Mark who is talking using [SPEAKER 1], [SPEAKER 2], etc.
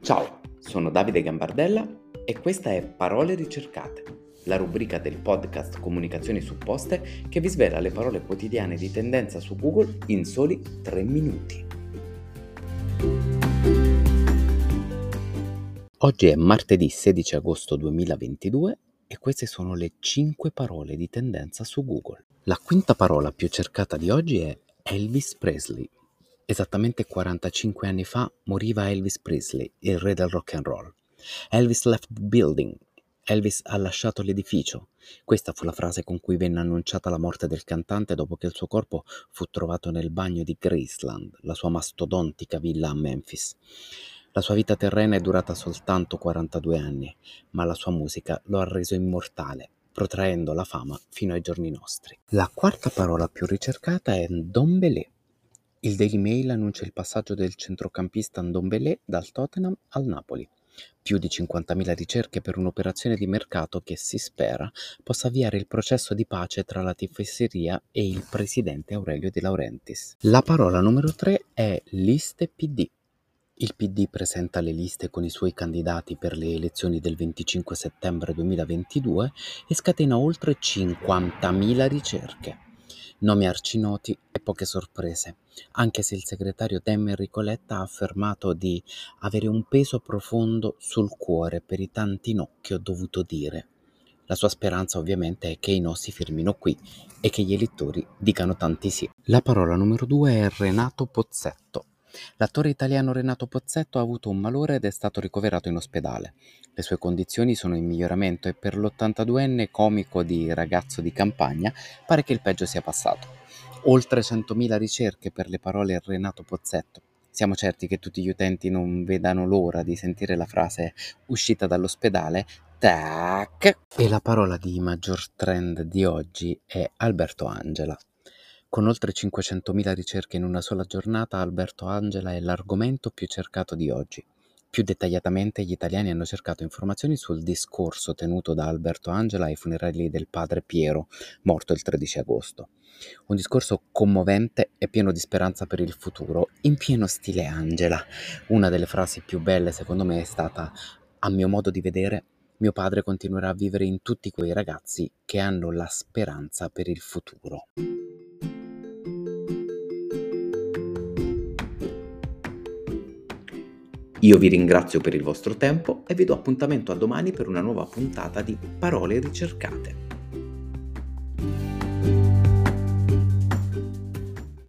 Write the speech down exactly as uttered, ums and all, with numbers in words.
[SPEAKER 1] Ciao, sono Davide Gambardella e questa è Parole ricercate, la rubrica del podcast Comunicazioni Supposte che vi svela le parole quotidiane di tendenza su Google in soli tre minuti. Oggi è martedì sedici agosto duemilaventidue e queste sono le cinque parole di tendenza su Google. La quinta parola più cercata di oggi è Elvis Presley. Esattamente quarantacinque anni fa moriva Elvis Presley, il re del rock and roll. Elvis left the building. Elvis ha lasciato l'edificio. Questa fu la frase con cui venne annunciata la morte del cantante dopo che il suo corpo fu trovato nel bagno di Graceland, la sua mastodontica villa a Memphis. La sua vita terrena è durata soltanto quarantadue anni, ma la sua musica lo ha reso immortale, protraendo la fama fino ai giorni nostri. La quarta parola più ricercata è Ndombele. Il Daily Mail annuncia il passaggio del centrocampista Ndombele dal Tottenham al Napoli. Più di cinquantamila ricerche per un'operazione di mercato che si spera possa avviare il processo di pace tra la tifoseria e il presidente Aurelio De Laurentiis. La parola numero tre è liste P D. Il P D presenta le liste con i suoi candidati per le elezioni del venticinque settembre duemilaventidue e scatena oltre cinquantamila ricerche. Nomi arcinoti e poche sorprese, anche se il segretario Dem Enrico Letta ha affermato di avere un peso profondo sul cuore per i tanti no che ho dovuto dire. La sua speranza ovviamente è che i no si fermino qui e che gli elettori dicano tanti sì. La parola numero due è Renato Pozzetto. L'attore italiano Renato Pozzetto ha avuto un malore ed è stato ricoverato in ospedale. Le sue condizioni sono in miglioramento e per l'ottantaduenne comico di Ragazzo di campagna pare che il peggio sia passato. Oltre centomila ricerche per le parole Renato Pozzetto. Siamo certi che tutti gli utenti non vedano l'ora di sentire la frase uscita dall'ospedale. Tac! E la parola di maggior trend di oggi è Alberto Angela. Con oltre cinquecentomila ricerche in una sola giornata, Alberto Angela è l'argomento più cercato di oggi. Più dettagliatamente, gli italiani hanno cercato informazioni sul discorso tenuto da Alberto Angela ai funerali del padre Piero, morto il tredici agosto. Un discorso commovente e pieno di speranza per il futuro, in pieno stile Angela. Una delle frasi più belle, secondo me, è stata: a mio modo di vedere, mio padre continuerà a vivere in tutti quei ragazzi che hanno la speranza per il futuro. Io vi ringrazio per il vostro tempo e vi do appuntamento a domani per una nuova puntata di Parole ricercate.